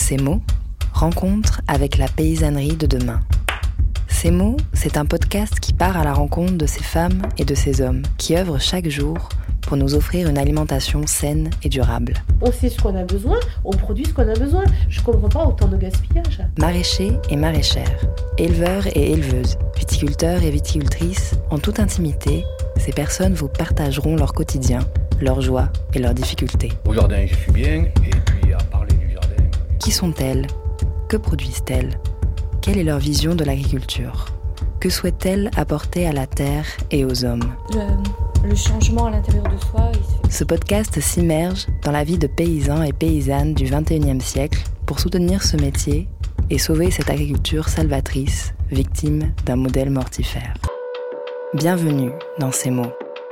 Ces mots, rencontre avec la paysannerie de demain. Ces mots, c'est un podcast qui part à la rencontre de ces femmes et de ces hommes qui œuvrent chaque jour pour nous offrir une alimentation saine et durable. On sait ce qu'on a besoin, on produit ce qu'on a besoin. Je ne comprends pas autant de gaspillage. Maraîchers et maraîchères, éleveurs et éleveuses, viticulteurs et viticultrices, en toute intimité, ces personnes vous partageront leur quotidien, leurs joies et leurs difficultés. Au jardin, je suis bien, et puis à parler du jardin... Qui sont-elles ? Que produisent-elles ? Quelle est leur vision de l'agriculture ? Que souhaitent-elles apporter à la terre et aux hommes ? Le changement à l'intérieur de soi, il se fait. Ce podcast s'immerge dans la vie de paysans et paysannes du XXIe siècle pour soutenir ce métier et sauver cette agriculture salvatrice, victime d'un modèle mortifère. Bienvenue dans Ces mots.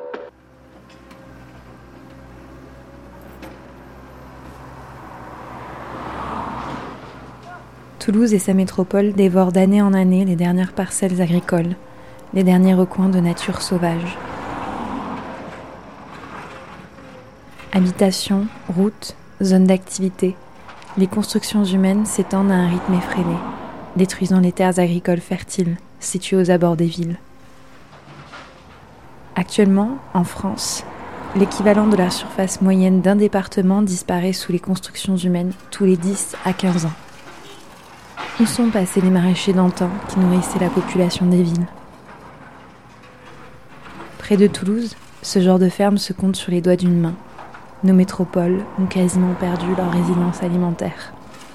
Toulouse et sa métropole dévorent d'année en année les dernières parcelles agricoles, les derniers recoins de nature sauvage. Habitations, routes, zones d'activité, les constructions humaines s'étendent à un rythme effréné, détruisant les terres agricoles fertiles situées aux abords des villes. Actuellement, en France, l'équivalent de la surface moyenne d'un département disparaît sous les constructions humaines tous les 10 à 15 ans. Où sont passés les maraîchers d'antan qui nourrissaient la population des villes ? Près de Toulouse, ce genre de ferme se compte sur les doigts d'une main. Nos métropoles ont quasiment perdu leur résilience alimentaire.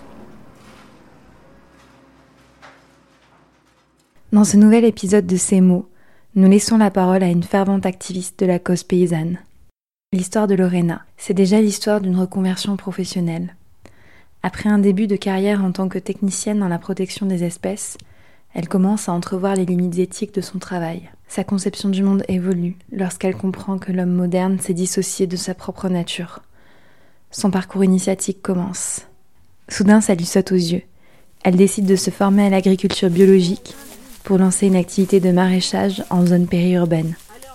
Dans ce nouvel épisode de Ces mots, nous laissons la parole à une fervente activiste de la cause paysanne. L'histoire de Lorena, c'est déjà l'histoire d'une reconversion professionnelle. Après un début de carrière en tant que technicienne dans la protection des espèces, elle commence à entrevoir les limites éthiques de son travail. Sa conception du monde évolue lorsqu'elle comprend que l'homme moderne s'est dissocié de sa propre nature. Son parcours initiatique commence. Soudain, ça lui saute aux yeux. Elle décide de se former à l'agriculture biologique pour lancer une activité de maraîchage en zone périurbaine.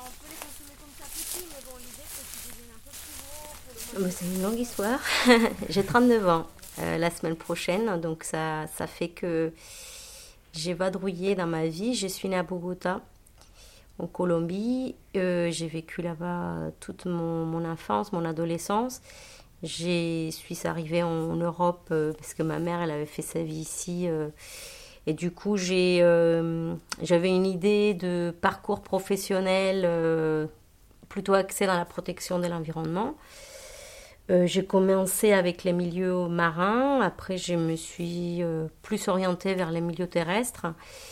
C'est une longue histoire. J'ai 39 ans. La semaine prochaine, donc ça fait que j'ai vadrouillé dans ma vie. Je suis née à Bogota, en Colombie. J'ai vécu là-bas toute mon enfance, mon adolescence. Je suis arrivée en Europe parce que ma mère, elle avait fait sa vie ici. Et du coup, j'avais une idée de parcours professionnel plutôt axé dans la protection de l'environnement. J'ai commencé avec les milieux marins, après je me suis plus orientée vers les milieux terrestres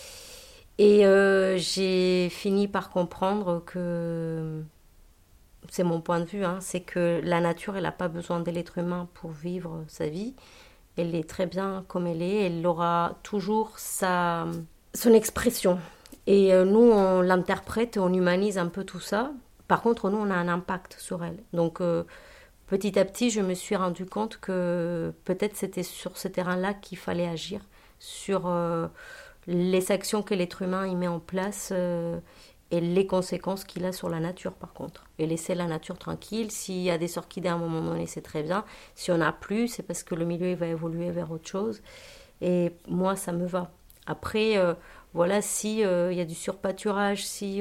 et j'ai fini par comprendre que, c'est mon point de vue, c'est que la nature elle n'a pas besoin de l'être humain pour vivre sa vie, elle est très bien comme elle aura toujours son expression et nous on l'interprète, on humanise un peu tout ça, par contre nous on a un impact sur elle, donc petit à petit, je me suis rendu compte que peut-être c'était sur ce terrain-là qu'il fallait agir, sur les actions que l'être humain y met en place et les conséquences qu'il a sur la nature par contre. Et laisser la nature tranquille, s'il y a des orchidées à un moment donné, c'est très bien. Si on n'a plus, c'est parce que le milieu il va évoluer vers autre chose. Et moi, ça me va. Après, voilà, si y a du surpâturage, si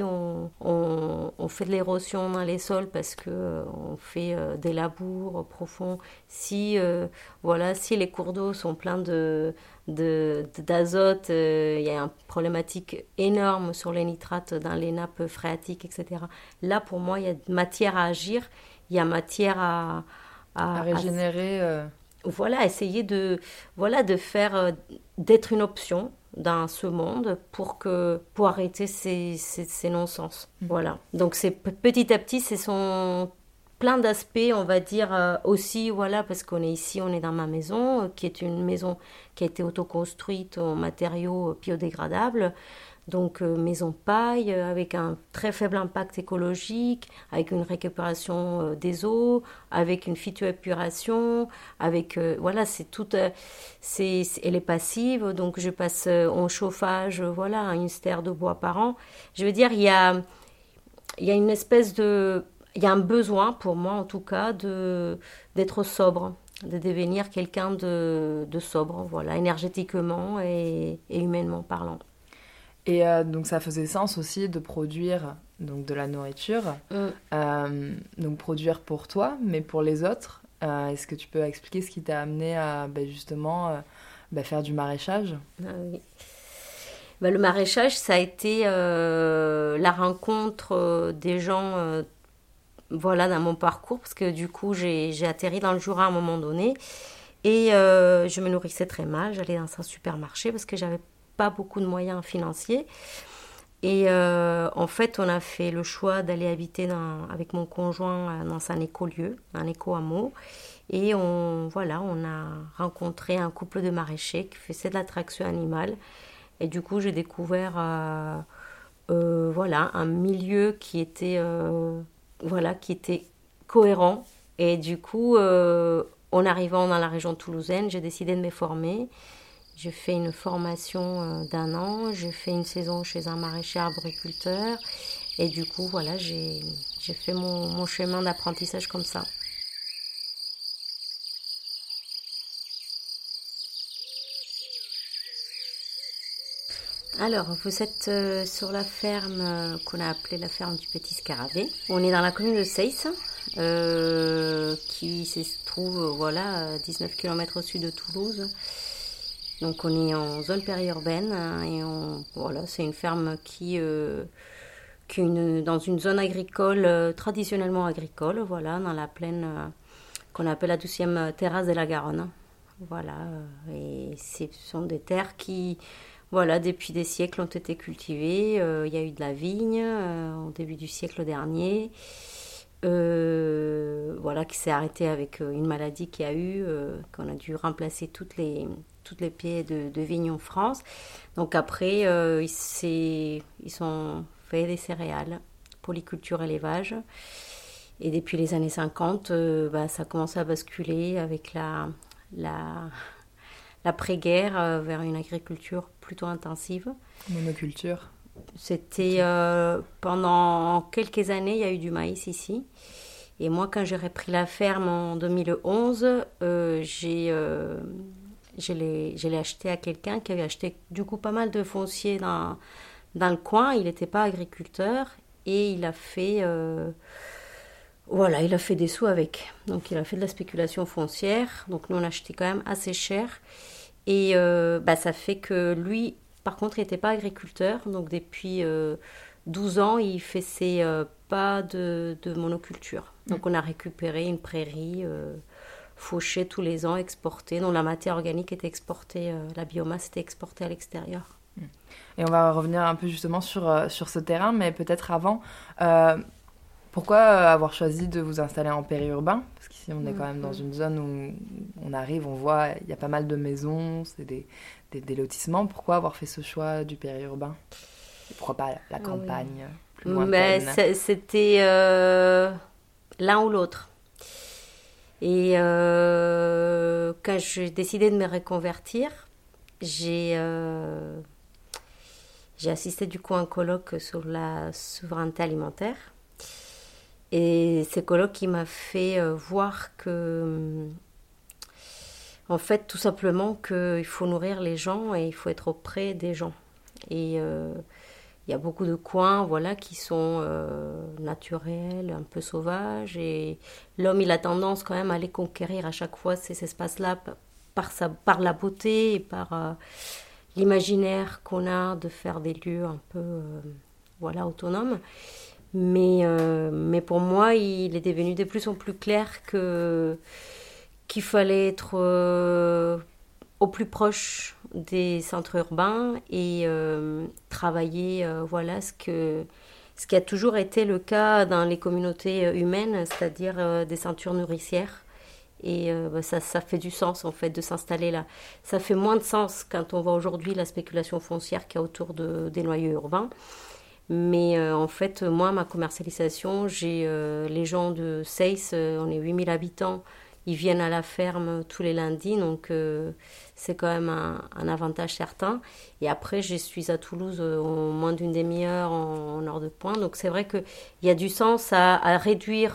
on fait de l'érosion dans les sols parce que on fait des labours profonds, si les cours d'eau sont pleins d'azote, il y a une problématique énorme sur les nitrates dans les nappes phréatiques, etc. Là, pour moi, il y a matière à agir, il y a matière à régénérer. Voilà, essayer de faire d'être une option dans ce monde pour arrêter ces non-sens. Voilà. Donc c'est petit à petit, ce sont plein d'aspects, on va dire aussi, voilà, parce qu'on est ici, on est dans ma maison, qui est une maison qui a été autoconstruite en matériaux biodégradables. Donc maison paille, avec un très faible impact écologique, avec une récupération des eaux, avec une phytoépuration, avec c'est tout, elle est passive, donc je passe en chauffage, une stère de bois par an. Je veux dire, il y a une espèce de, il y a un besoin pour moi en tout cas d'être sobre. devenir quelqu'un de sobre, voilà, énergétiquement et humainement parlant. Et donc ça faisait sens aussi de produire donc, de la nourriture, donc produire pour toi, mais pour les autres. Est-ce que tu peux expliquer ce qui t'a amené à justement faire du maraîchage ? Oui. Le maraîchage, ça a été la rencontre des gens dans mon parcours, parce que du coup, j'ai atterri dans le Jura à un moment donné, et je me nourrissais très mal. J'allais dans un supermarché parce que j'avais pas beaucoup de moyens financiers. Et en fait, on a fait le choix d'aller habiter avec mon conjoint dans un écolieu, un éco-hameau. Et on a rencontré un couple de maraîchers qui faisait de la traction animale. Et du coup, j'ai découvert un milieu qui était cohérent. Et du coup, en arrivant dans la région toulousaine, j'ai décidé de me former. J'ai fait une formation d'1 an, j'ai fait une saison chez un maraîcher arboriculteur. Et du coup, j'ai fait mon chemin d'apprentissage comme ça. Alors, vous êtes sur la ferme qu'on a appelée la ferme du Petit Scarabée. On est dans la commune de Seyss, qui se trouve à 19 km au sud de Toulouse. Donc on est en zone périurbaine et c'est une ferme qui est dans une zone agricole, traditionnellement agricole, dans la plaine qu'on appelle la 12e terrasse de la Garonne. Et ce sont des terres qui... depuis des siècles ont été cultivées. Il y a eu de la vigne au début du siècle dernier, qui s'est arrêtée avec une maladie qu'il y a eu, qu'on a dû remplacer toutes les pieds de vigne en France. Donc après, ils ont fait des céréales, polyculture, élevage. Et depuis les années 50, ça a commencé à basculer avec l'après-guerre vers une agriculture plutôt intensive. Monoculture. C'était pendant quelques années, il y a eu du maïs ici. Et moi, quand j'ai repris la ferme en 2011, je l'ai acheté à quelqu'un qui avait acheté du coup pas mal de foncier dans le coin. Il n'était pas agriculteur et il a fait des sous avec. Donc il a fait de la spéculation foncière. Donc nous on a acheté quand même assez cher. Et ça fait que lui, par contre, il n'était pas agriculteur. Donc depuis 12 ans, il fait pas de monoculture. Donc on a récupéré une prairie fauchée tous les ans, exportée, dont la matière organique était exportée, la biomasse était exportée à l'extérieur. Et on va revenir un peu justement sur ce terrain, mais peut-être avant, pourquoi avoir choisi de vous installer en périurbain ? Parce qu'ici on est quand même dans une zone où on arrive, on voit, il y a pas mal de maisons, c'est des lotissements. Pourquoi avoir fait ce choix du périurbain ? Et pourquoi pas la campagne plus lointaine ? C'était l'un ou l'autre. Et quand j'ai décidé de me reconvertir, j'ai assisté du coup à un colloque sur la souveraineté alimentaire. Et ce colloque qui m'a fait voir que, en fait, tout simplement qu'il faut nourrir les gens et il faut être auprès des gens. Et il y a beaucoup de coins qui sont naturels, un peu sauvages. Et l'homme, il a tendance quand même à les conquérir à chaque fois, ces espaces-là, par la beauté et par l'imaginaire qu'on a de faire des lieux un peu autonomes. Mais pour moi, il est devenu de plus en plus clair qu'il fallait être au plus proche des centres urbains et travailler ce qui a toujours été le cas dans les communautés humaines, c'est-à-dire des ceintures nourricières. Et ça fait du sens en fait de s'installer là. Ça fait moins de sens quand on voit aujourd'hui la spéculation foncière qu'il y a autour des noyaux urbains. Mais en fait, moi, ma commercialisation, j'ai les gens de Seyss, on est 8000 habitants, ils viennent à la ferme tous les lundis, donc c'est quand même un avantage certain. Et après, je suis à Toulouse en moins d'une demi-heure en heure de pointe, donc c'est vrai qu'il y a du sens à réduire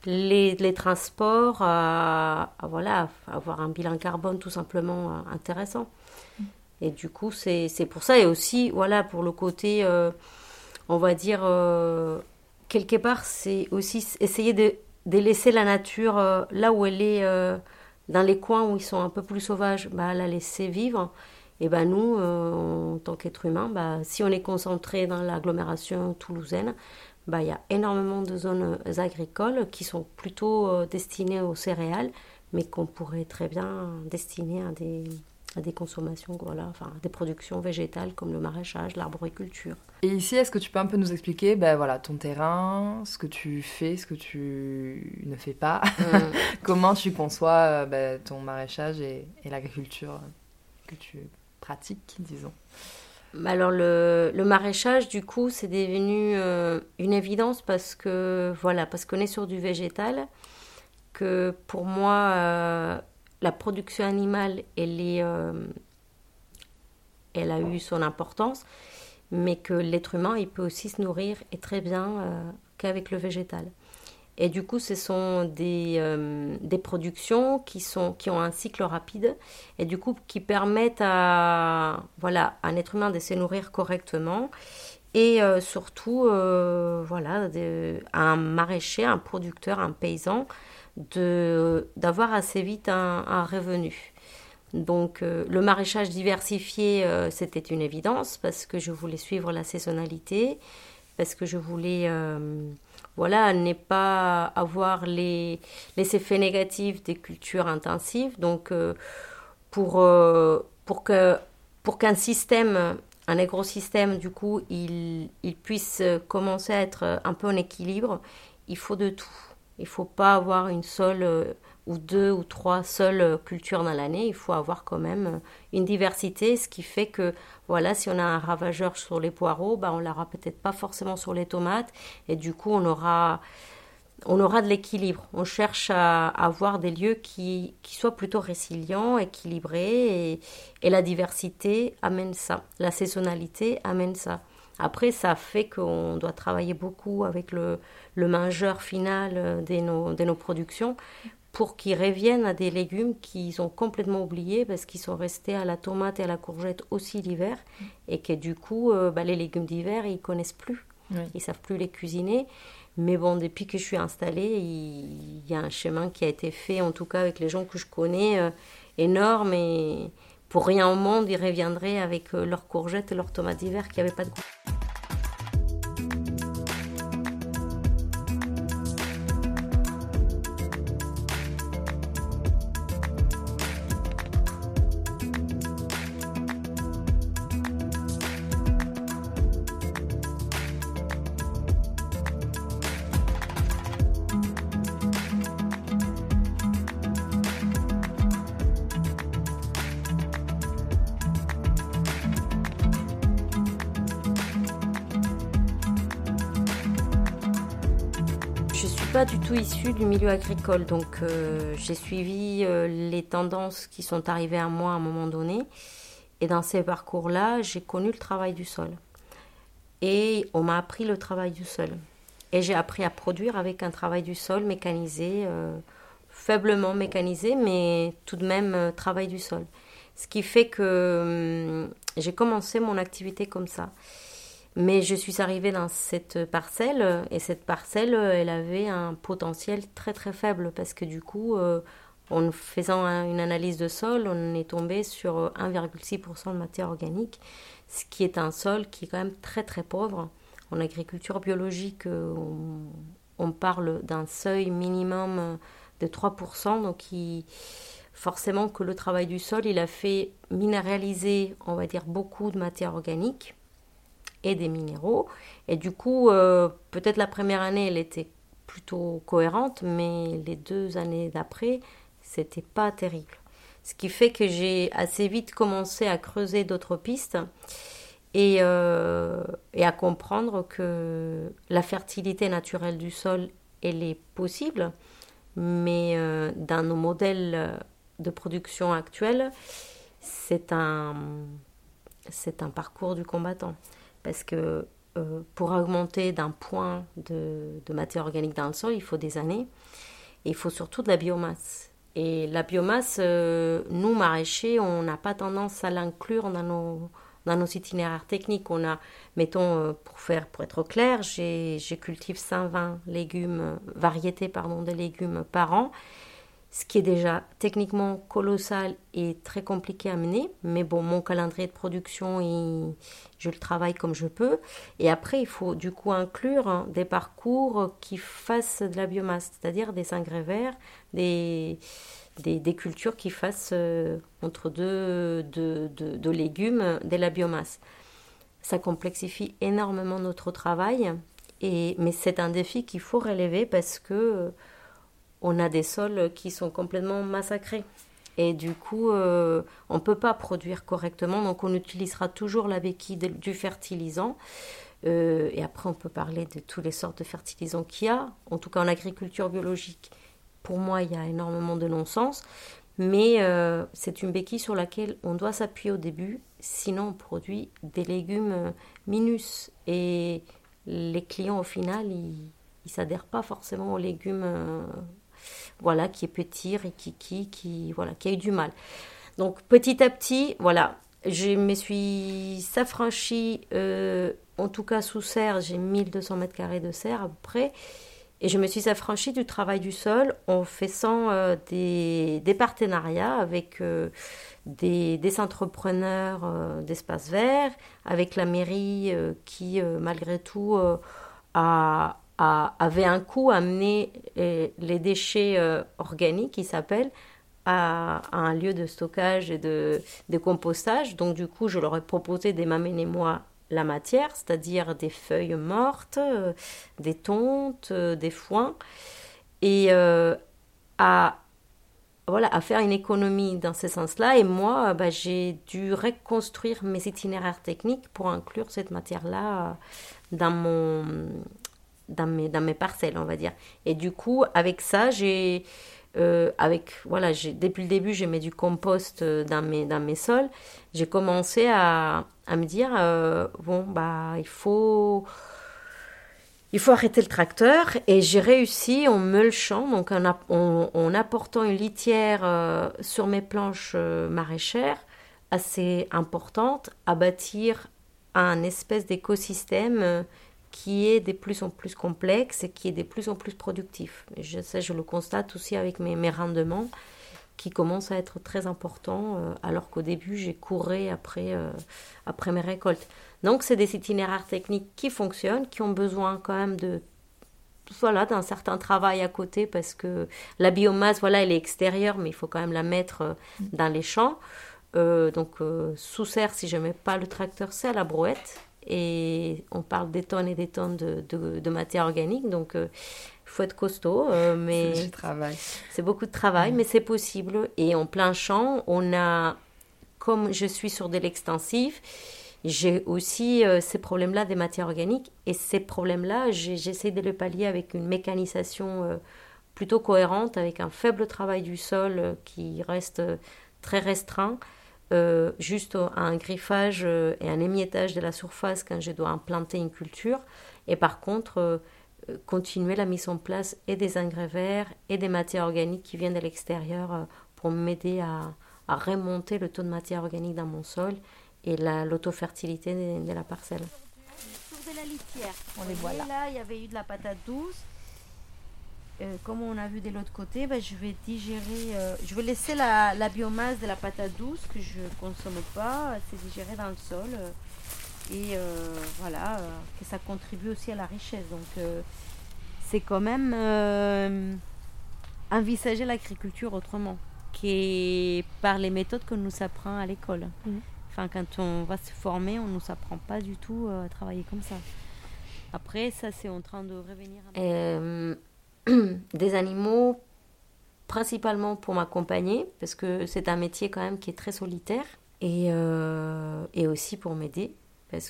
les transports, voilà, avoir un bilan carbone tout simplement intéressant. Et du coup, c'est pour ça. Et aussi, voilà, pour le côté, on va dire, quelque part, c'est aussi essayer de laisser la nature là où elle est, dans les coins où ils sont un peu plus sauvages, bah, la laisser vivre. Et ben nous, en tant qu'êtres humains, bah, si on est concentré dans l'agglomération toulousaine, bah, y a énormément de zones agricoles qui sont plutôt destinées aux céréales, mais qu'on pourrait très bien destiner à des consommations, voilà, enfin, des productions végétales comme le maraîchage, l'arboriculture. Et ici, est-ce que tu peux un peu nous expliquer ben, voilà, ton terrain, ce que tu fais, ce que tu ne fais pas, comment tu conçois ben, ton maraîchage et l'agriculture que tu pratiques, disons. Alors le maraîchage, du coup, c'est devenu une évidence parce que voilà, parce qu'on est sur du végétal, que pour moi, la production animale, elle a eu son importance, mais que l'être humain, il peut aussi se nourrir et très bien qu'avec le végétal. Et du coup, ce sont des productions qui ont un cycle rapide et du coup qui permettent à un être humain de se nourrir correctement et surtout voilà, à un maraîcher, un producteur, un paysan d'avoir assez vite un revenu. Donc le maraîchage diversifié, c'était une évidence parce que je voulais suivre la saisonnalité, parce que je voulais ne pas avoir les effets négatifs des cultures intensives. Donc pour qu'un système, un agrosystème, du coup, il puisse commencer à être un peu en équilibre, il faut de tout. Il ne faut pas avoir une seule ou deux ou trois seules cultures dans l'année. Il faut avoir quand même une diversité, ce qui fait que, voilà, si on a un ravageur sur les poireaux, bah, on ne l'aura peut-être pas forcément sur les tomates. Et du coup, on aura de l'équilibre. On cherche à avoir des lieux qui soient plutôt résilients, équilibrés. Et la diversité amène ça. La saisonnalité amène ça. Après, ça fait qu'on doit travailler beaucoup avec le mangeur final de nos productions pour qu'ils reviennent à des légumes qu'ils ont complètement oubliés parce qu'ils sont restés à la tomate et à la courgette aussi l'hiver et que du coup, les légumes d'hiver, ils ne connaissent plus. Oui. Ils ne savent plus les cuisiner. Mais bon, depuis que je suis installée, il y a un chemin qui a été fait, en tout cas avec les gens que je connais, énorme. Et pour rien au monde, ils reviendraient avec leurs courgettes et leurs tomates d'hiver qui n'avaient pas de goût. Pas du tout issue du milieu agricole, donc j'ai suivi les tendances qui sont arrivées à moi à un moment donné, et dans ces parcours-là, j'ai connu le travail du sol, et on m'a appris le travail du sol, et j'ai appris à produire avec un travail du sol mécanisé, faiblement mécanisé, mais tout de même travail du sol, ce qui fait que j'ai commencé mon activité comme ça. Mais je suis arrivée dans cette parcelle, et cette parcelle, elle avait un potentiel très très faible, parce que du coup, en faisant une analyse de sol, on est tombé sur 1,6% de matière organique, ce qui est un sol qui est quand même très très pauvre. En agriculture biologique, on parle d'un seuil minimum de 3%, donc forcément que le travail du sol, il a fait minéraliser, on va dire, beaucoup de matière organique et des minéraux, et du coup peut-être la première année elle était plutôt cohérente, mais les 2 années d'après c'était pas terrible, ce qui fait que j'ai assez vite commencé à creuser d'autres pistes et à comprendre que la fertilité naturelle du sol elle est possible, mais dans nos modèles de production actuels c'est un parcours du combattant. Parce que pour augmenter d'un point de matière organique dans le sol, il faut des années. Et il faut surtout de la biomasse. Et la biomasse, nous, maraîchers, on n'a pas tendance à l'inclure dans nos itinéraires techniques. On a, mettons, pour être clair, je cultive 120 variétés de légumes par an, ce qui est déjà techniquement colossal et très compliqué à mener. Mais bon, mon calendrier de production, je le travaille comme je peux. Et après, il faut du coup inclure des parcours qui fassent de la biomasse, c'est-à-dire des engrais verts, des cultures qui fassent entre deux légumes de la biomasse. Ça complexifie énormément notre travail, mais c'est un défi qu'il faut relever parce que on a des sols qui sont complètement massacrés. Et du coup, on ne peut pas produire correctement, donc on utilisera toujours la béquille du fertilisant. Et après, on peut parler de toutes les sortes de fertilisants qu'il y a. En tout cas, en agriculture biologique, pour moi, il y a énormément de non-sens. Mais c'est une béquille sur laquelle on doit s'appuyer au début, sinon on produit des légumes minus. Et les clients, au final, ils ne s'adhèrent pas forcément aux légumes qui est petit, rikiki, qui a eu du mal. Donc petit à petit, je me suis s'affranchie, en tout cas sous serre, j'ai 1200 mètres carrés de serre à peu près, et je me suis affranchie du travail du sol en faisant des partenariats avec des entrepreneurs d'espaces verts, avec la mairie qui, malgré tout, avait un coût à amener les déchets organiques, qui s'appellent, à un lieu de stockage et de compostage. Donc du coup, je leur ai proposé de m'amener moi la matière, c'est-à-dire des feuilles mortes, des tontes, des foins, et à faire une économie dans ce sens-là. Et moi, j'ai dû reconstruire mes itinéraires techniques pour inclure cette matière-là dans mes parcelles, on va dire. Et du coup, avec ça, depuis le début, j'ai mis du compost dans mes sols. J'ai commencé à me dire, il faut arrêter le tracteur. Et j'ai réussi en mulchant, donc en apportant une litière sur mes planches maraîchères assez importante, à bâtir un espèce d'écosystème qui est de plus en plus complexe et qui est de plus en plus productif. Et je le constate aussi avec mes rendements qui commencent à être très importants, alors qu'au début, j'ai couru après mes récoltes. Donc, c'est des itinéraires techniques qui fonctionnent, qui ont besoin quand même d'un certain travail à côté, parce que la biomasse, elle est extérieure, mais il faut quand même la mettre dans les champs. Sous serre, si je ne mets pas le tracteur, c'est à la brouette. Et on parle des tonnes et des tonnes de matière organique, donc il faut être costaud. Mais c'est du travail. C'est beaucoup de travail, mais c'est possible. Et en plein champ, comme je suis sur de l'extensif, j'ai aussi ces problèmes-là des matières organiques. Et ces problèmes-là, j'essaie de les pallier avec une mécanisation plutôt cohérente, avec un faible travail du sol qui reste très restreint. Juste un griffage et un émiettage de la surface quand je dois implanter une culture, et par contre continuer la mise en place et des engrais verts et des matières organiques qui viennent de l'extérieur pour m'aider à remonter le taux de matière organique dans mon sol et l'autofertilité de la parcelle. Sur de la litière, on les voit là. Là, il y avait eu de la patate douce. Comme on a vu de l'autre côté, je vais digérer, je vais laisser la biomasse de la patate douce que je ne consomme pas, c'est digéré dans le sol, que ça contribue aussi à la richesse. Donc c'est quand même envisager l'agriculture autrement, qui est par les méthodes qu'on nous apprend à l'école. Enfin, quand on va se former, on ne nous apprend pas du tout à travailler comme ça. Après, ça, c'est en train de revenir. Des animaux, principalement pour m'accompagner, parce que c'est un métier quand même qui est très solitaire, et aussi pour m'aider, parce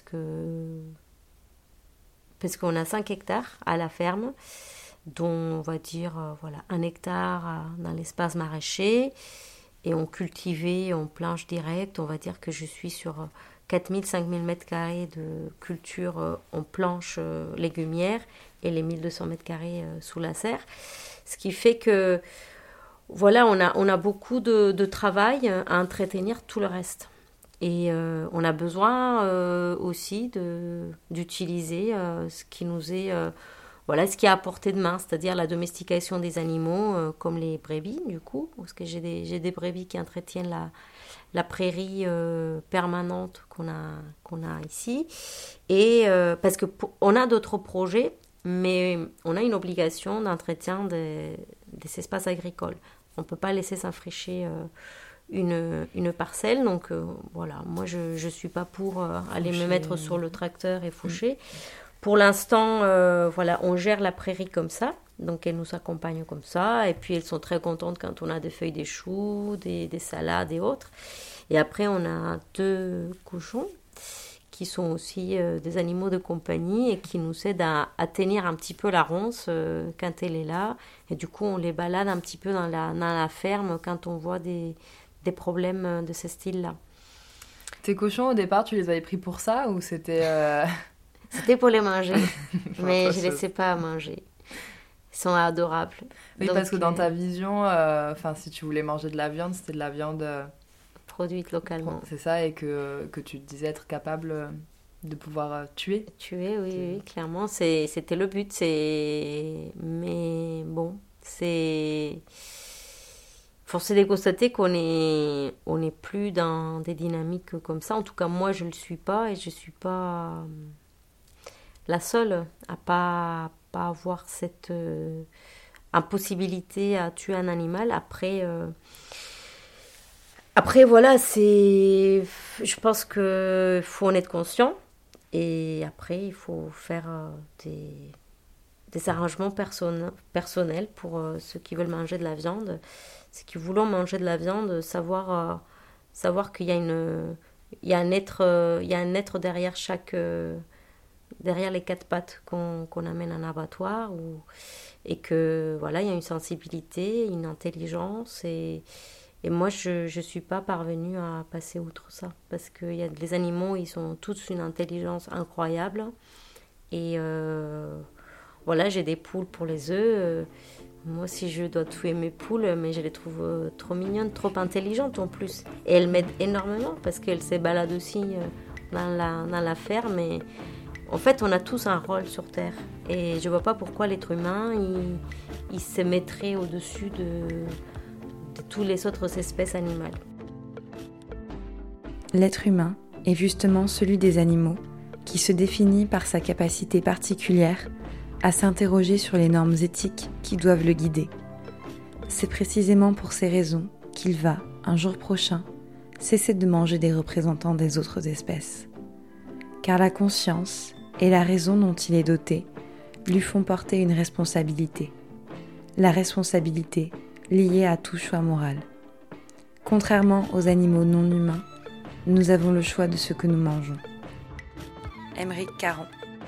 qu'on a 5 hectares à la ferme, dont on va dire 1 hectare dans l'espace maraîcher, et on cultivait en planche directe. On va dire que je suis sur 4000-5000 mètres carrés de culture en planche légumière et les 1200 mètres carrés sous la serre. Ce qui fait que, voilà, on a beaucoup de travail à entretenir tout le reste. Et on a besoin aussi d'utiliser ce qui nous est... voilà, ce qui est à portée de main, c'est-à-dire la domestication des animaux, comme les brebis, du coup, parce que j'ai des brebis qui entretiennent la prairie permanente qu'on a ici. Et parce qu'on a d'autres projets, mais on a une obligation d'entretien des espaces agricoles. On ne peut pas laisser s'enfricher une parcelle. Donc voilà, moi je ne suis pas pour aller me mettre sur le tracteur et faucher. Pour l'instant, voilà, on gère la prairie comme ça. Donc elles nous accompagnent comme ça. Et puis elles sont très contentes quand on a des feuilles d'échou, des salades et autres. Et après, on a 2 cochons qui sont aussi des animaux de compagnie et qui nous aident à tenir un petit peu la ronce quand elle est là. Et du coup, on les balade un petit peu dans la ferme quand on voit des problèmes de ce style-là. Tes cochons, au départ, tu les avais pris pour ça ou c'était... C'était pour les manger, mais je ne les sais pas à manger. Ils sont adorables. Oui, donc, parce que dans ta vision, si tu voulais manger de la viande, c'était de la viande... produite localement. C'est ça, et que tu te disais être capable de pouvoir tuer. Tuer, oui, clairement. C'était le but. Mais bon, c'est... Force est de constater qu'on est plus dans des dynamiques comme ça. En tout cas, moi, je ne le suis pas et je ne suis pas la seule à pas avoir cette impossibilité à tuer un animal. Après, voilà, je pense qu'il faut en être conscient. Et après, il faut faire des arrangements personnels pour ceux qui veulent manger de la viande. Ceux qui voulons manger de la viande, savoir qu'il y a un être derrière derrière les 4 pattes qu'on amène en abattoir, et que voilà, il y a une sensibilité, une intelligence, et moi je suis pas parvenue à passer outre ça, parce que les animaux, ils ont tous une intelligence incroyable, et voilà, j'ai des poules pour les œufs. Moi, si je dois tuer mes poules, mais je les trouve trop mignonnes, trop intelligentes en plus. Et elles m'aident énormément parce qu'elles se baladent aussi dans la ferme. Et en fait, on a tous un rôle sur Terre. Et je ne vois pas pourquoi l'être humain, il se mettrait au-dessus de toutes les autres espèces animales. L'être humain est justement celui des animaux qui se définit par sa capacité particulière à s'interroger sur les normes éthiques qui doivent le guider. C'est précisément pour ces raisons qu'il va, un jour prochain, cesser de manger des représentants des autres espèces. Car la conscience et la raison dont il est doté lui font porter une responsabilité. La responsabilité liée à tout choix moral. Contrairement aux animaux non humains, nous avons le choix de ce que nous mangeons. Aymeric Caron.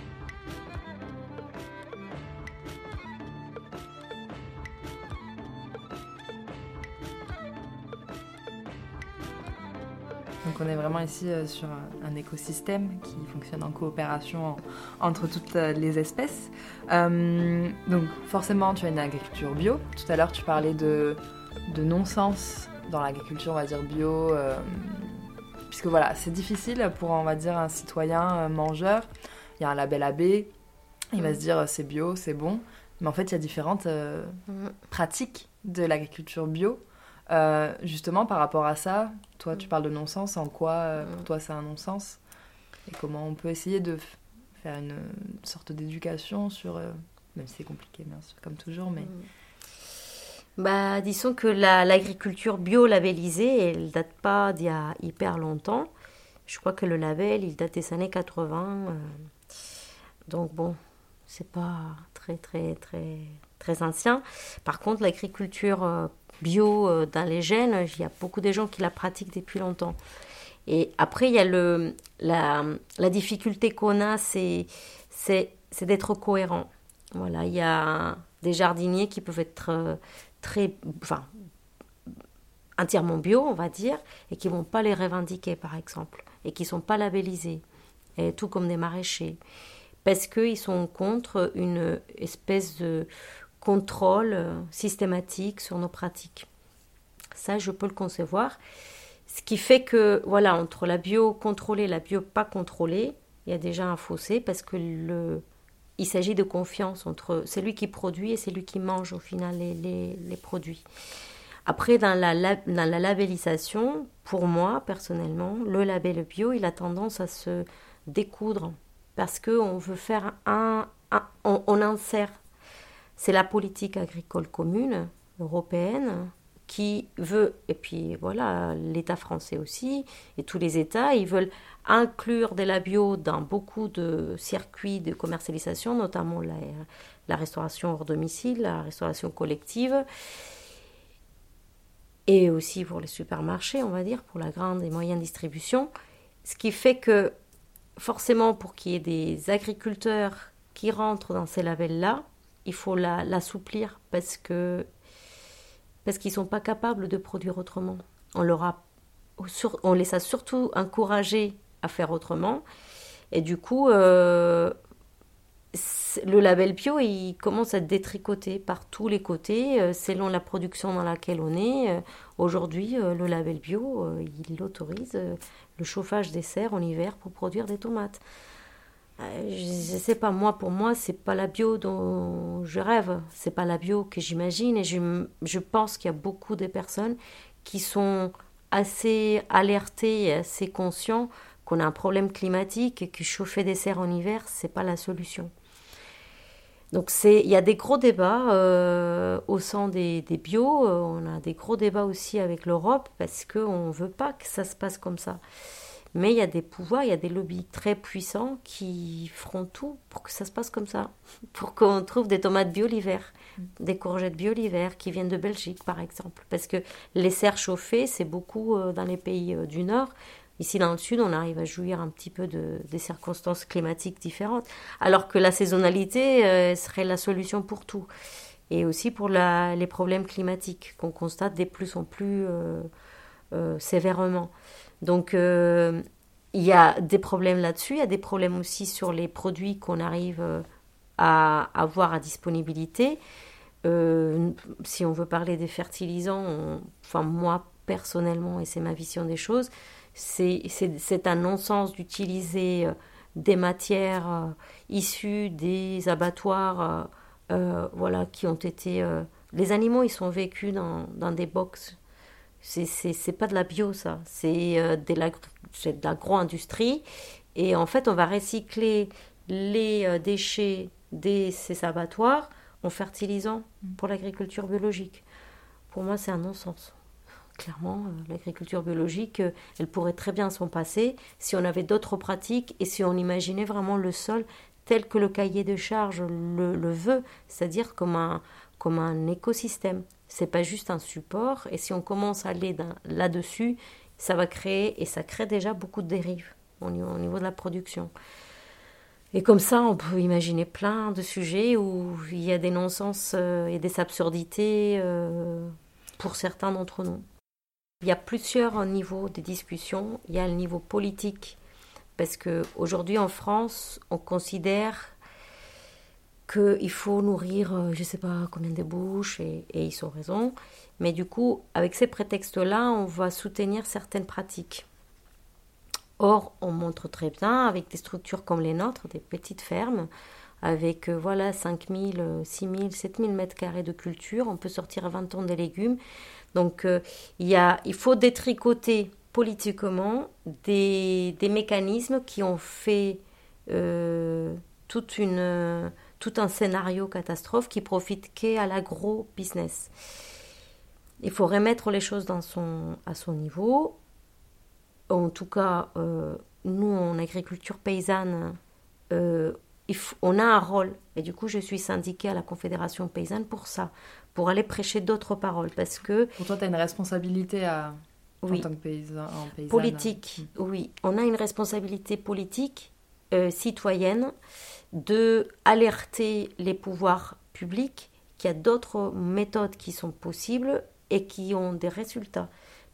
Donc on est vraiment ici sur un écosystème qui fonctionne en coopération entre toutes les espèces. Donc forcément tu as une agriculture bio. Tout à l'heure tu parlais de non-sens dans l'agriculture, on va dire bio, puisque voilà, c'est difficile pour, on va dire, un citoyen mangeur. Il y a un label AB, il va se dire c'est bio, c'est bon. Mais en fait il y a différentes pratiques de l'agriculture bio. Justement par rapport à ça, toi tu parles de non-sens, en quoi pour toi c'est un non-sens, et comment on peut essayer de faire une sorte d'éducation sur, même si c'est compliqué bien sûr comme toujours, mais... Disons que l'agriculture bio labellisée, elle date pas d'il y a hyper longtemps. Je crois que le label il date des années 80, donc bon, c'est pas très très très très ancien. Par contre l'agriculture bio dans les gènes, il y a beaucoup de gens qui la pratiquent depuis longtemps. Et après, il y a la difficulté qu'on a, c'est d'être cohérent. Voilà, il y a des jardiniers qui peuvent être entièrement bio, on va dire, et qui ne vont pas les revendiquer, par exemple, et qui ne sont pas labellisés, et tout comme des maraîchers, parce qu'ils sont contre une espèce de contrôle systématique sur nos pratiques. Ça, je peux le concevoir. Ce qui fait que, voilà, entre la bio contrôlée et la bio pas contrôlée, il y a déjà un fossé, parce que il s'agit de confiance entre celui qui produit et celui qui mange, au final, les produits. Après, dans la labellisation, pour moi, personnellement, le label bio, il a tendance à se découdre parce qu'on veut faire on insère. C'est la politique agricole commune européenne qui veut, et puis voilà, l'État français aussi, et tous les États, ils veulent inclure des labels dans beaucoup de circuits de commercialisation, notamment la restauration hors domicile, la restauration collective, et aussi pour les supermarchés, on va dire, pour la grande et moyenne distribution. Ce qui fait que, forcément, pour qu'il y ait des agriculteurs qui rentrent dans ces labels-là, il faut l'assouplir parce qu'ils ne sont pas capables de produire autrement. On les a surtout encouragés à faire autrement. Et du coup, le label bio, il commence à être détricoté par tous les côtés, selon la production dans laquelle on est. Aujourd'hui, le label bio, il autorise le chauffage des serres en hiver pour produire des tomates. Je ne sais pas, pour moi, c'est pas la bio dont je rêve, c'est pas la bio que j'imagine, et je pense qu'il y a beaucoup de personnes qui sont assez alertées et assez conscients qu'on a un problème climatique et que chauffer des serres en hiver, c'est pas la solution. Donc il y a des gros débats au sein des bio, on a des gros débats aussi avec l'Europe parce qu'on ne veut pas que ça se passe comme ça. Mais il y a des pouvoirs, il y a des lobbies très puissants qui feront tout pour que ça se passe comme ça. Pour qu'on trouve des tomates bio l'hiver, des courgettes bio l'hiver qui viennent de Belgique par exemple. Parce que les serres chauffées, c'est beaucoup dans les pays du Nord. Ici dans le Sud, on arrive à jouir un petit peu des circonstances climatiques différentes. Alors que la saisonnalité serait la solution pour tout. Et aussi pour les problèmes climatiques qu'on constate de plus en plus sévèrement. Donc, il y a des problèmes là-dessus, il y a des problèmes aussi sur les produits qu'on arrive à avoir à disponibilité. Si on veut parler des fertilisants, moi, personnellement, et c'est ma vision des choses, c'est un non-sens d'utiliser des matières issues des abattoirs qui ont été... les animaux, ils sont vécus dans des box. C'est pas de la bio, ça. C'est de l'agro-industrie. Et en fait, on va recycler les déchets de ces abattoirs en fertilisant pour l'agriculture biologique. Pour moi, c'est un non-sens. Clairement, l'agriculture biologique, elle pourrait très bien s'en passer si on avait d'autres pratiques et si on imaginait vraiment le sol tel que le cahier de charge le veut, c'est-à-dire comme un écosystème. C'est pas juste un support, et si on commence à aller là-dessus, ça va créer, et ça crée déjà beaucoup de dérives au niveau de la production. Et comme ça, on peut imaginer plein de sujets où il y a des non-sens et des absurdités pour certains d'entre nous. Il y a plusieurs niveaux de discussion. Il y a le niveau politique, parce qu'aujourd'hui en France, on considère qu'il faut nourrir, je ne sais pas combien de bouches, et ils ont raison. Mais du coup, avec ces prétextes-là, on va soutenir certaines pratiques. Or, on montre très bien, avec des structures comme les nôtres, des petites fermes, avec 5 000, 6 000, 7 000 mètres carrés de culture, on peut sortir 20 tonnes de légumes. Donc, il faut détricoter politiquement des mécanismes qui ont fait tout un scénario catastrophe qui profite qu'à l'agro-business. Il faut remettre les choses à son niveau. En tout cas, nous, en agriculture paysanne, on a un rôle. Et du coup, je suis syndiquée à la Confédération paysanne pour ça, pour aller prêcher d'autres paroles. Parce que... Pour toi, tu as une responsabilité en tant que paysanne. Politique, oui. On a une responsabilité politique, citoyenne, de alerter les pouvoirs publics qu'il y a d'autres méthodes qui sont possibles et qui ont des résultats.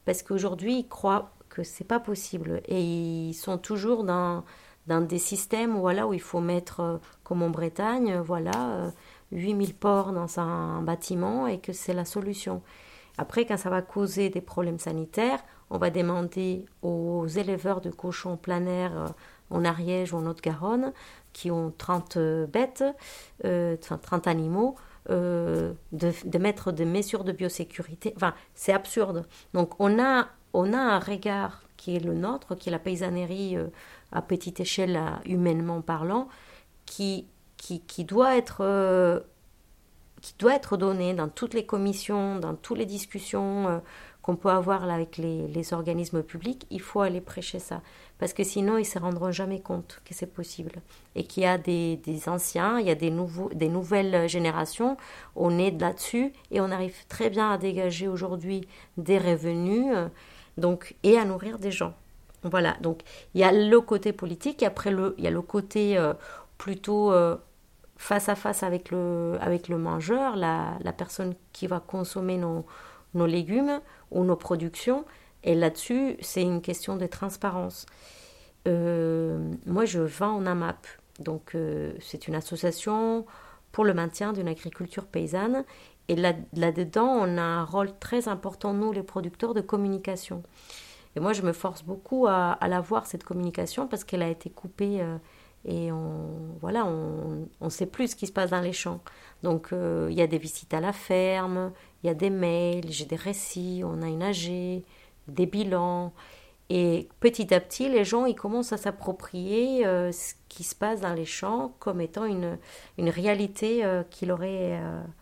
parce qu'aujourd'hui, ils croient que c'est pas possible. Et ils sont toujours dans des systèmes où il faut mettre, comme en Bretagne, 8000 porcs dans un bâtiment et que c'est la solution. Après, quand ça va causer des problèmes sanitaires, on va demander aux éleveurs de cochons plein air en Ariège ou en Haute-Garonne, qui ont 30 bêtes, 30 animaux, de mettre des mesures de biosécurité. Enfin, c'est absurde. Donc, on a un regard qui est le nôtre, qui est la paysannerie à petite échelle, humainement parlant, qui doit être donné dans toutes les commissions, dans toutes les discussions qu'on peut avoir là avec les organismes publics. Il faut aller prêcher ça, parce que sinon ils ne se rendront jamais compte que c'est possible et qu'il y a des anciens, il y a des nouvelles générations. On est là-dessus et on arrive très bien à dégager aujourd'hui des revenus et à nourrir des gens. Voilà, donc il y a le côté politique et après il y a le côté plutôt face à face avec le mangeur, la personne qui va consommer nos légumes ou nos productions. Et là-dessus, c'est une question de transparence. Moi, je vends en AMAP. Donc, c'est une association pour le maintien d'une agriculture paysanne. Et là-dedans, on a un rôle très important, nous, les producteurs, de communication. Et moi, je me force beaucoup à la voir, cette communication, parce qu'elle a été coupée et on sait plus ce qui se passe dans les champs. Donc, il y a des visites à la ferme, il y a des mails, j'ai des récits, on a une AG, des bilans. Et petit à petit, les gens ils commencent à s'approprier ce qui se passe dans les champs comme étant une réalité qu'il aurait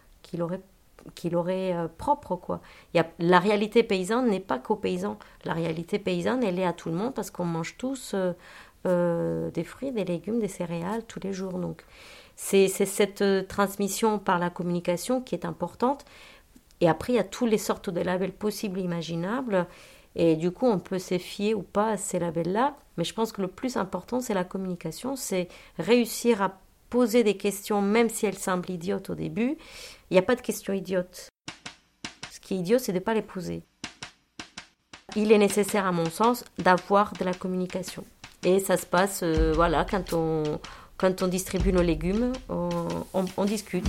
propre, quoi. La réalité paysanne n'est pas qu'aux paysans. La réalité paysanne, elle est à tout le monde parce qu'on mange tous des fruits, des légumes, des céréales tous les jours. Donc, c'est cette transmission par la communication qui est importante. Et après, il y a toutes les sortes de labels possibles et imaginables. Et du coup, on peut se fier ou pas à ces labels-là. Mais je pense que le plus important, c'est la communication. C'est réussir à poser des questions, même si elles semblent idiotes au début. Il n'y a pas de questions idiotes. Ce qui est idiot, c'est de ne pas les poser. Il est nécessaire, à mon sens, d'avoir de la communication. Et ça se passe, quand on distribue nos légumes, on discute.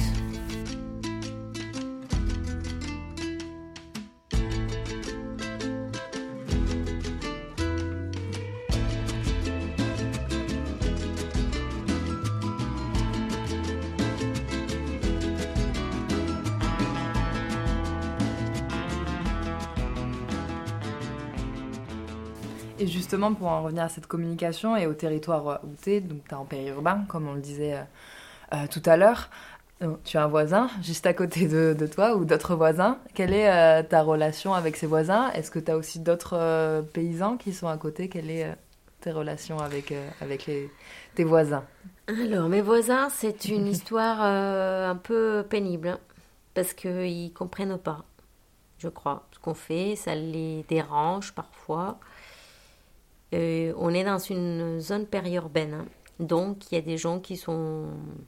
Et justement, pour en revenir à cette communication et au territoire où tu es, donc tu es en périurbain, comme on le disait tout à l'heure, tu as un voisin juste à côté de toi ou d'autres voisins. Quelle est ta relation avec ces voisins ? Est-ce que tu as aussi d'autres paysans qui sont à côté ? Quelle est tes relations avec tes voisins ? Alors, mes voisins, c'est une histoire un peu pénible, parce qu'ils ne comprennent pas, je crois, ce qu'on fait. Ça les dérange parfois. On est dans une zone périurbaine, hein. Donc il y a des gens qui sont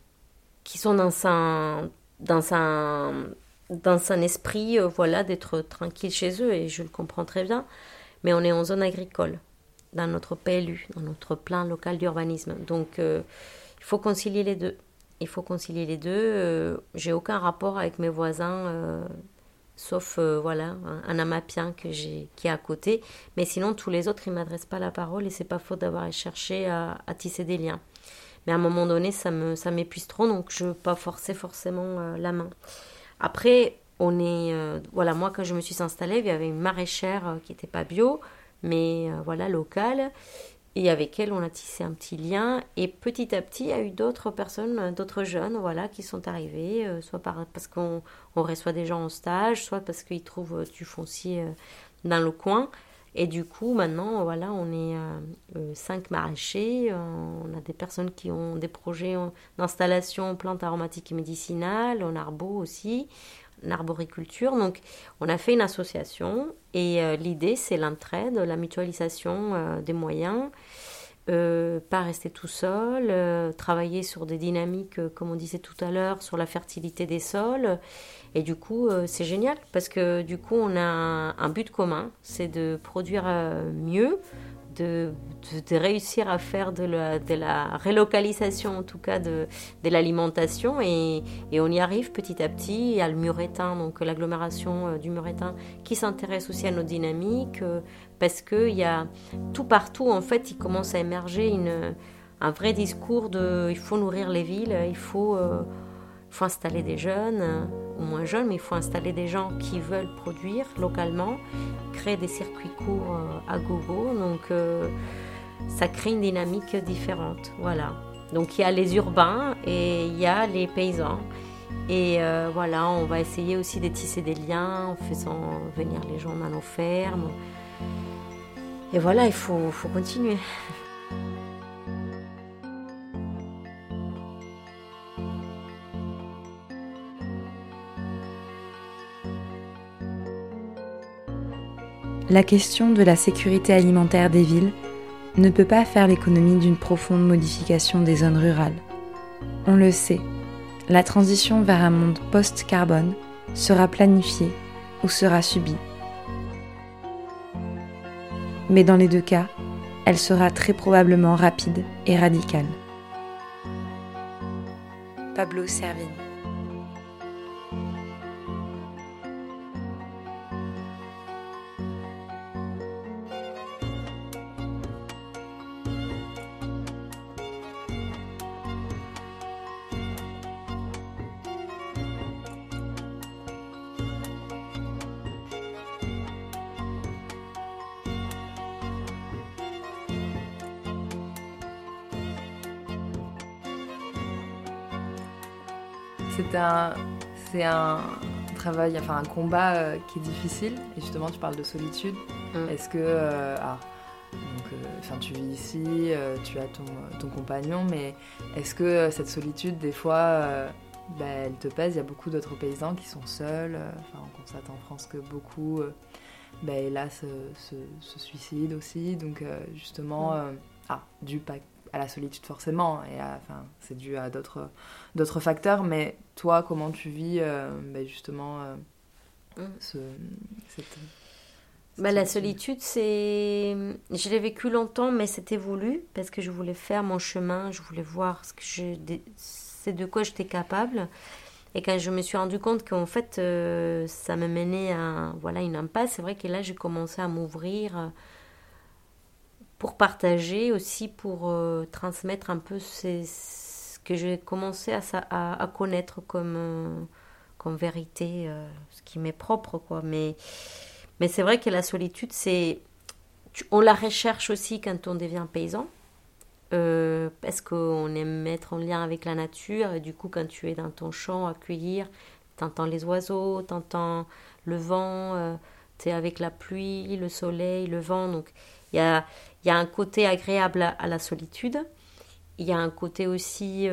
dans un esprit d'être tranquille chez eux, et je le comprends très bien, mais on est en zone agricole, dans notre PLU, dans notre plan local d'urbanisme. Donc il faut concilier les deux. J'ai aucun rapport avec mes voisins, sauf un amapien qui est à côté, mais sinon tous les autres ils m'adressent pas la parole, et c'est pas faute d'avoir cherché à tisser des liens, mais à un moment donné ça m'épuise trop, donc je veux pas forcer forcément la main. Après on est moi quand je me suis installée, il y avait une maraîchère qui était pas bio, mais locale, et avec elle on a tissé un petit lien, et petit à petit il y a eu d'autres personnes, d'autres jeunes qui sont arrivés, soit parce qu'on reçoit des gens en stage, soit parce qu'ils trouvent du foncier dans le coin, et du coup maintenant on est 5 maraîchers, on a des personnes qui ont des projets d'installation plantes aromatiques et médicinales, en arbo aussi, en arboriculture. Donc on a fait une association, et l'idée c'est l'entraide, la mutualisation des moyens, pas rester tout seul, travailler sur des dynamiques, comme on disait tout à l'heure, sur la fertilité des sols. Et du coup, c'est génial parce que du coup, on a un but commun, c'est de produire mieux, de réussir à faire de la relocalisation, en tout cas de l'alimentation. Et on y arrive petit à petit. Il y a le Muretin, donc l'agglomération du Muretin, qui s'intéresse aussi à nos dynamiques parce qu'il y a tout partout, en fait, il commence à émerger un vrai discours de il faut nourrir les villes, il faut installer des jeunes, ou moins jeunes, mais il faut installer des gens qui veulent produire localement, créer des circuits courts à gogo, donc ça crée une dynamique différente, voilà. Donc il y a les urbains et il y a les paysans, et voilà, on va essayer aussi de tisser des liens en faisant venir les gens dans nos fermes, et voilà, il faut continuer. La question de la sécurité alimentaire des villes ne peut pas faire l'économie d'une profonde modification des zones rurales. On le sait, la transition vers un monde post-carbone sera planifiée ou sera subie. Mais dans les deux cas, elle sera très probablement rapide et radicale. Pablo Servigne. C'est un travail, enfin un combat qui est difficile. Et justement, tu parles de solitude. Est-ce que... tu vis ici, tu as ton compagnon, mais est-ce que cette solitude, des fois, elle te pèse? Il y a beaucoup d'autres paysans qui sont seuls. On constate en France que beaucoup, hélas, se suicident aussi. Donc, dû pas à la solitude forcément, et c'est dû à d'autres facteurs, mais toi, comment tu vis la solitude, je l'ai vécu longtemps, mais c'était voulu, parce que je voulais faire mon chemin, je voulais voir c'est de quoi j'étais capable, et quand je me suis rendu compte qu'en fait, ça me menait à une impasse, c'est vrai que là, j'ai commencé à m'ouvrir pour partager aussi, pour transmettre un peu ce que j'ai commencé à connaître comme vérité, ce qui m'est propre, quoi. Mais c'est vrai que la solitude, on la recherche aussi quand on devient paysan, parce qu'on aime mettre en lien avec la nature, et du coup, quand tu es dans ton champ à cueillir, t'entends les oiseaux, t'entends le vent, t'es avec la pluie, le soleil, le vent, donc il y a un côté agréable à la solitude. Il y a un côté aussi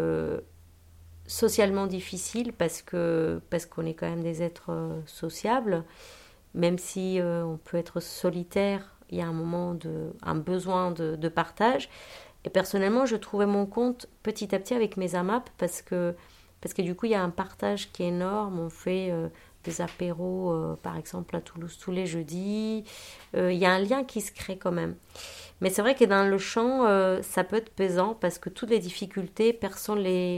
socialement difficile parce qu'on est quand même des êtres sociables. Même si on peut être solitaire, il y a un besoin de partage. Et personnellement, je trouvais mon compte petit à petit avec mes AMAP parce que du coup, il y a un partage qui est énorme. On fait des apéros, par exemple, à Toulouse tous les jeudis. Il y a un lien qui se crée quand même. Mais c'est vrai que dans le champ, ça peut être pesant parce que toutes les difficultés, personne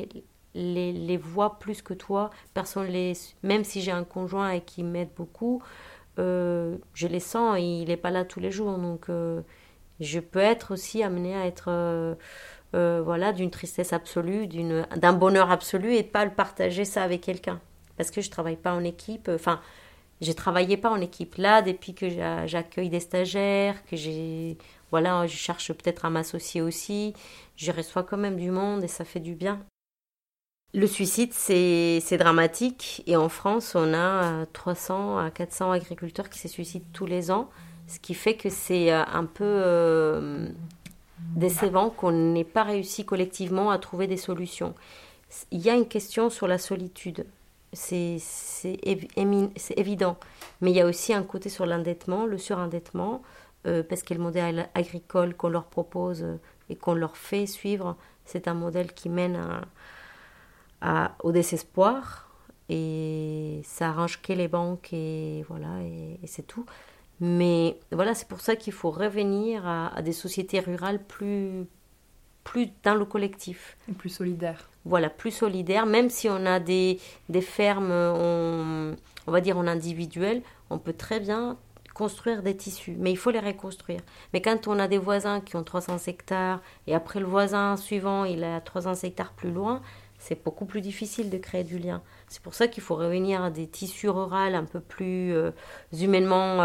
les voit plus que toi. Même si j'ai un conjoint et qui m'aide beaucoup, je les sens, il n'est pas là tous les jours. Donc, je peux être aussi amenée à être d'une tristesse absolue, d'un bonheur absolu et pas le partager ça avec quelqu'un. Parce que je ne travaille pas en équipe. Je ne travaillais pas en équipe. Là, depuis que j'accueille des stagiaires, je cherche peut-être à m'associer aussi. Je reçois quand même du monde et ça fait du bien. Le suicide, c'est dramatique. Et en France, on a 300 à 400 agriculteurs qui se suicident tous les ans. Ce qui fait que c'est un peu décevant qu'on n'ait pas réussi collectivement à trouver des solutions. Il y a une question sur la solitude. C'est évident. Mais il y a aussi un côté sur l'endettement, le surendettement. parce que le modèle agricole qu'on leur propose et qu'on leur fait suivre, c'est un modèle qui mène au désespoir, et ça arrange que les banques, et voilà, et c'est tout. Mais voilà, c'est pour ça qu'il faut revenir à des sociétés rurales plus dans le collectif. Et plus solidaire. Voilà, plus solidaire. Même si on a des fermes, on va dire en individuel, on peut très bien construire des tissus, mais il faut les reconstruire. Mais quand on a des voisins qui ont 300 hectares, et après le voisin suivant, il a 300 hectares plus loin, c'est beaucoup plus difficile de créer du lien. C'est pour ça qu'il faut revenir à des tissus ruraux un peu plus humainement,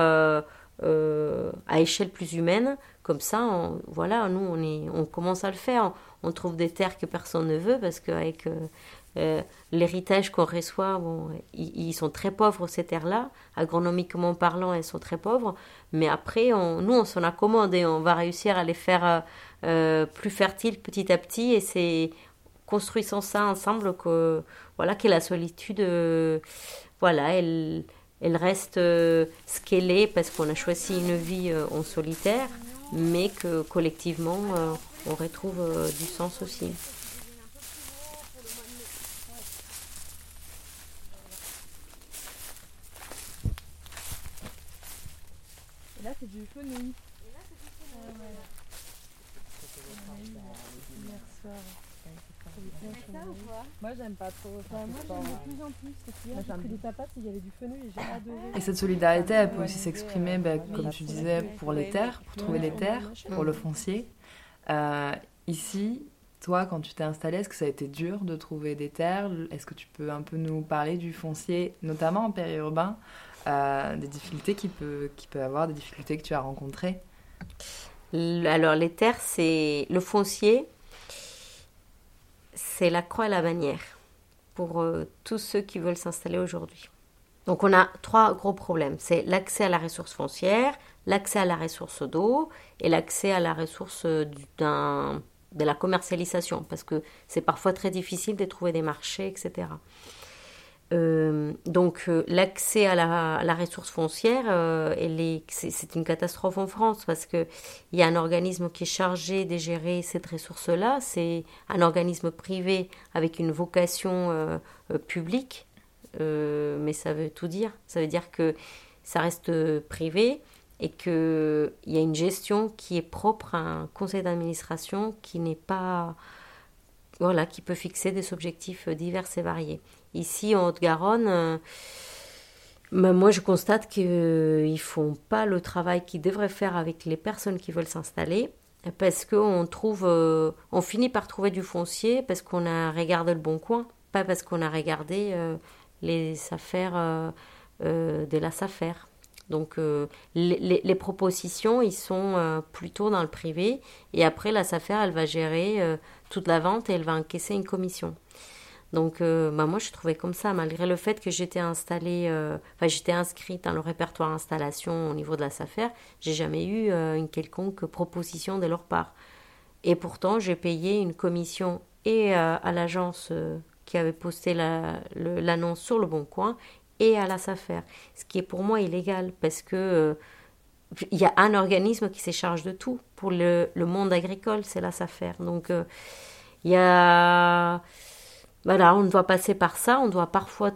à échelle plus humaine. Comme ça, voilà, nous, on commence à le faire. On trouve des terres que personne ne veut, parce qu'avec l'héritage qu'on reçoit, bon, ils sont très pauvres, ces terres-là. Agronomiquement parlant, elles sont très pauvres. Mais après, nous, on s'en accommode et on va réussir à les faire plus fertiles petit à petit. Et c'est construisant ça ensemble que la solitude, voilà, elle reste ce qu'elle est, parce qu'on a choisi une vie en solitaire, mais que collectivement, on retrouve du sens aussi. Et là, c'est du fenouil. Hier soir. Moi, j'aime pas trop. Moi, j'aime de plus en plus. Hier, j'ai pris des tapas, il y avait du fenouil et j'ai adoré. Et cette solidarité, elle peut aussi s'exprimer, comme tu disais, pour les terres, pour trouver les terres, pour le foncier. Ici, toi, quand tu t'es installée, est-ce que ça a été dur de trouver des terres ? Est-ce que tu peux un peu nous parler du foncier, notamment en périurbain, des difficultés qu'il peut avoir, des difficultés que tu as rencontrées ? Alors, les terres, c'est le foncier. C'est la croix et la bannière pour tous ceux qui veulent s'installer aujourd'hui. Donc on a 3 gros problèmes. C'est l'accès à la ressource foncière, l'accès à la ressource d'eau et l'accès à la ressource de la commercialisation, parce que c'est parfois très difficile de trouver des marchés, etc. Donc l'accès à la ressource foncière, c'est une catastrophe en France, parce qu'il y a un organisme qui est chargé de gérer cette ressource-là. C'est un organisme privé avec une vocation publique, mais ça veut tout dire. Ça veut dire que ça reste privé et qu'il y a une gestion qui est propre à un conseil d'administration qui n'est pas... Voilà, qui peut fixer des objectifs divers et variés. Ici, en Haute-Garonne, moi, je constate qu'ils ne font pas le travail qu'ils devraient faire avec les personnes qui veulent s'installer, parce qu'on finit par trouver du foncier parce qu'on a regardé le Bon Coin, pas parce qu'on a regardé les affaires de la SAFER. Donc, les propositions, ils sont plutôt dans le privé. Et après, la SAFER, elle va gérer toute la vente et elle va encaisser une commission. Donc, moi, je trouvais comme ça, malgré le fait que j'étais j'étais inscrite dans le répertoire installation au niveau de la SAFER, j'ai jamais eu une quelconque proposition de leur part. Et pourtant, j'ai payé une commission et à l'agence qui avait posté l'annonce sur le Bon Coin, et à la SAFER, ce qui est pour moi illégal, parce que il y a un organisme qui se charge de tout pour le monde agricole, c'est la SAFER. Donc il y a, voilà, on doit passer par ça, on doit parfois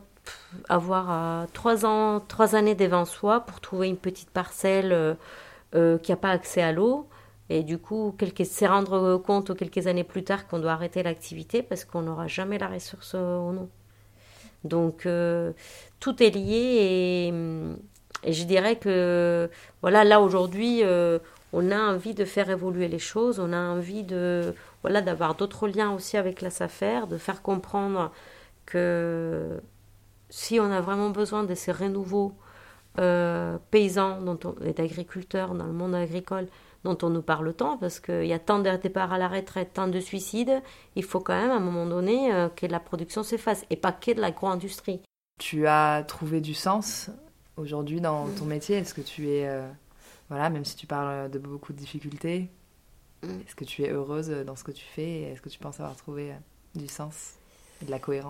avoir 3 années devant soi pour trouver une petite parcelle qui n'a pas accès à l'eau, et du coup se rendre compte quelques années plus tard qu'on doit arrêter l'activité parce qu'on n'aura jamais la ressource en eau. Donc tout est lié, et je dirais que voilà, là aujourd'hui on a envie de faire évoluer les choses, on a envie d'avoir d'autres liens aussi avec la SAFER, de faire comprendre que si on a vraiment besoin de ces renouveaux paysans et d'agriculteurs dans le monde agricole dont on nous parle tant, parce qu'il y a tant de départs à la retraite, tant de suicides, il faut quand même à un moment donné que la production s'efface, et pas que de l'agro-industrie. Tu as trouvé du sens aujourd'hui dans ton métier ? Est-ce que tu es, même si tu parles de beaucoup de difficultés, est-ce que tu es heureuse dans ce que tu fais, et est-ce que tu penses avoir trouvé du sens et de la cohérence ?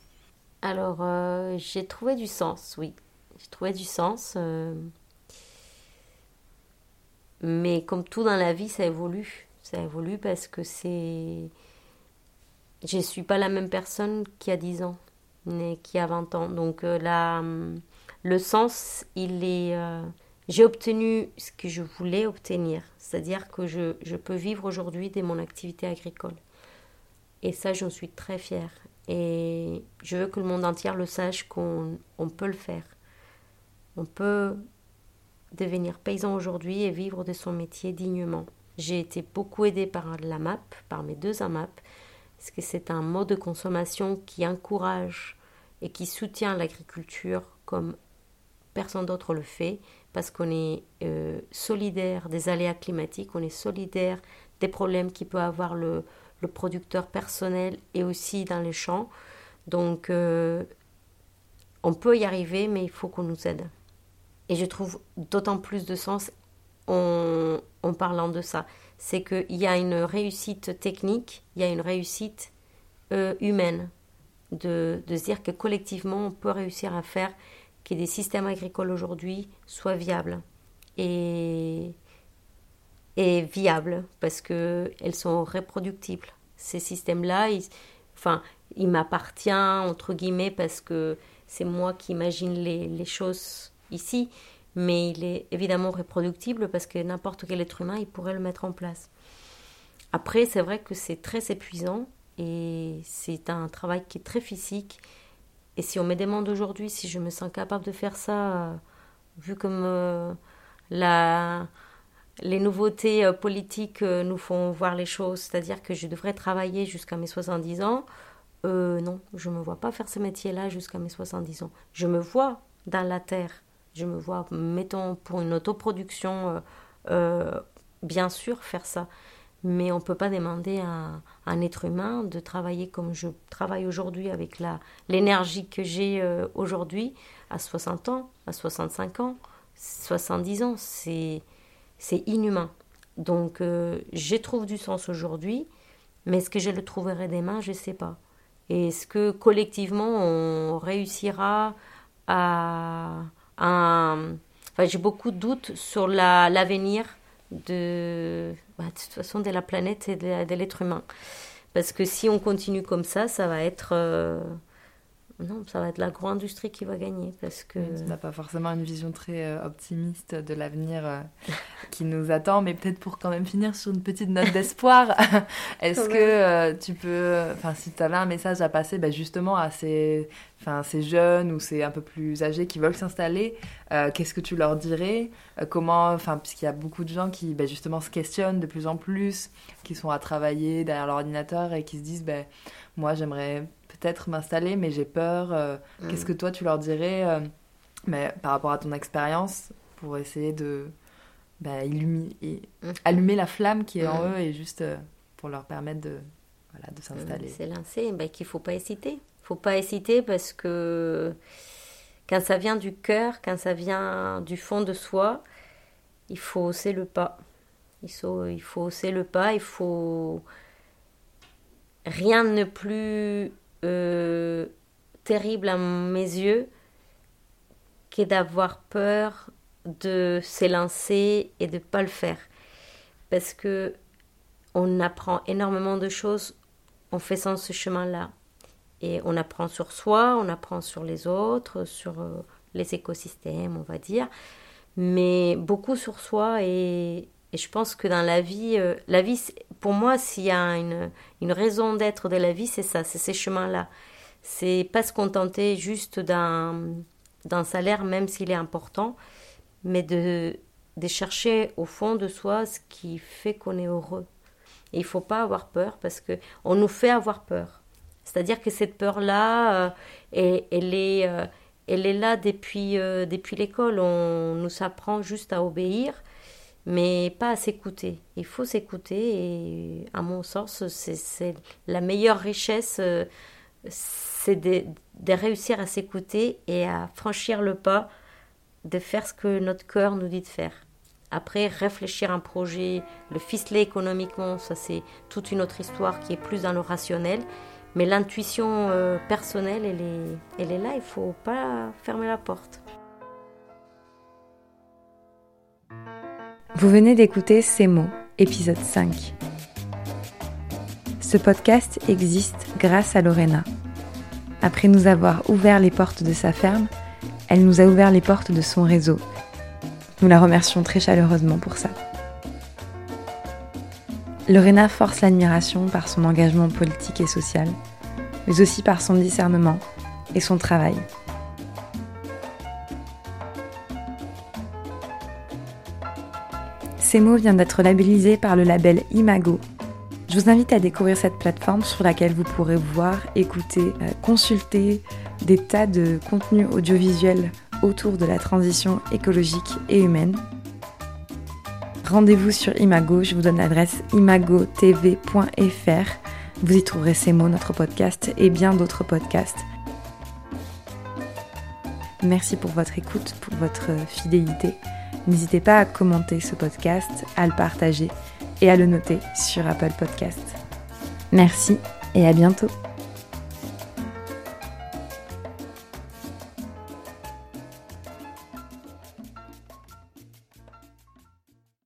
Alors, j'ai trouvé du sens, oui. J'ai trouvé du sens. Mais comme tout dans la vie, ça évolue. Ça évolue parce que je ne suis pas la même personne qu'il y a 10 ans, ni qu'il y a 20 ans. Donc le sens, j'ai obtenu ce que je voulais obtenir. C'est-à-dire que je peux vivre aujourd'hui de mon activité agricole. Et ça, j'en suis très fière. Et je veux que le monde entier le sache qu'on peut le faire. On peut devenir paysan aujourd'hui et vivre de son métier dignement. J'ai été beaucoup aidée par la MAP, par mes 2 AMAP, parce que c'est un mode de consommation qui encourage et qui soutient l'agriculture comme personne d'autre le fait, parce qu'on est solidaire des aléas climatiques, on est solidaire des problèmes qu'il peut avoir le producteur personnel et aussi dans les champs. Donc on peut y arriver, mais il faut qu'on nous aide. Et je trouve d'autant plus de sens en parlant de ça. C'est qu'il y a une réussite technique, il y a une réussite humaine, de se dire que collectivement, on peut réussir à faire que des systèmes agricoles aujourd'hui soient viables et viables, parce qu'elles sont reproductibles. Ces systèmes-là, il m'appartient, entre guillemets, parce que c'est moi qui imagine les choses ici, mais il est évidemment reproductible parce que n'importe quel être humain, il pourrait le mettre en place. Après, c'est vrai que c'est très épuisant et c'est un travail qui est très physique. Et si on me demande aujourd'hui si je me sens capable de faire ça, vu comme les nouveautés politiques nous font voir les choses, c'est-à-dire que je devrais travailler jusqu'à mes 70 ans, non, je ne me vois pas faire ce métier-là jusqu'à mes 70 ans. Je me vois dans la terre. Je me vois, mettons, pour une autoproduction, bien sûr, faire ça. Mais on ne peut pas demander à un être humain de travailler comme je travaille aujourd'hui, avec l'énergie que j'ai aujourd'hui, à 60 ans, à 65 ans, 70 ans. C'est inhumain. Donc, je trouve du sens aujourd'hui, mais est-ce que je le trouverai demain? Je ne sais pas. Et est-ce que collectivement, on réussira j'ai beaucoup de doutes sur l'avenir de toute façon de la planète et de l'être humain, parce que si on continue comme ça va être ça va être l'agro-industrie qui va gagner, parce que tu n'as pas forcément une vision très optimiste de l'avenir qui nous attend, mais peut-être pour quand même finir sur une petite note d'espoir, est-ce que tu peux, si tu avais un message à passer justement à ces jeunes ou ces un peu plus âgés qui veulent s'installer, qu'est-ce que tu leur dirais, puisqu'il y a beaucoup de gens qui justement se questionnent de plus en plus, qui sont à travailler derrière l'ordinateur et qui se disent moi j'aimerais peut-être m'installer, mais j'ai peur. Qu'est-ce que toi tu leur dirais, mais par rapport à ton expérience, pour essayer de allumer la flamme qui est en eux, et juste pour leur permettre de s'installer. C'est lancé, qu'il ne faut pas hésiter. Il ne faut pas hésiter, parce que quand ça vient du cœur, quand ça vient du fond de soi, il faut oser le pas. Il faut oser le pas, rien de plus terrible à mes yeux que d'avoir peur de s'élancer et de ne pas le faire. Parce que on apprend énormément de choses en faisant ce chemin-là. Et on apprend sur soi, on apprend sur les autres, sur les écosystèmes, on va dire, mais beaucoup sur soi. Et je pense que dans la vie, pour moi, s'il y a une raison d'être de la vie, c'est ça, c'est ces chemins-là. C'est pas se contenter juste d'un salaire, même s'il est important, mais de chercher au fond de soi ce qui fait qu'on est heureux. Et il ne faut pas avoir peur, parce qu'on nous fait avoir peur. C'est-à-dire que cette peur-là, elle est là depuis l'école. On nous apprend juste à obéir, mais pas à s'écouter. Il faut s'écouter, et à mon sens, c'est la meilleure richesse, c'est de réussir à s'écouter et à franchir le pas, de faire ce que notre cœur nous dit de faire. Après, réfléchir à un projet, le ficeler économiquement, ça c'est toute une autre histoire qui est plus dans le rationnel. Mais l'intuition personnelle, elle est là, il ne faut pas fermer la porte. Vous venez d'écouter Ces mots, épisode 5. Ce podcast existe grâce à Lorena. Après nous avoir ouvert les portes de sa ferme, elle nous a ouvert les portes de son réseau. Nous la remercions très chaleureusement pour ça. Lorena force l'admiration par son engagement politique et social, mais aussi par son discernement et son travail. Ces mots vient d'être labellisé par le label Imago. Je vous invite à découvrir cette plateforme sur laquelle vous pourrez voir, écouter, consulter des tas de contenus audiovisuels autour de la transition écologique et humaine. Rendez-vous sur Imago, je vous donne l'adresse imagotv.fr. Vous y trouverez Ces mots, notre podcast, et bien d'autres podcasts. Merci pour votre écoute, pour votre fidélité. N'hésitez pas à commenter ce podcast, à le partager et à le noter sur Apple Podcasts. Merci et à bientôt.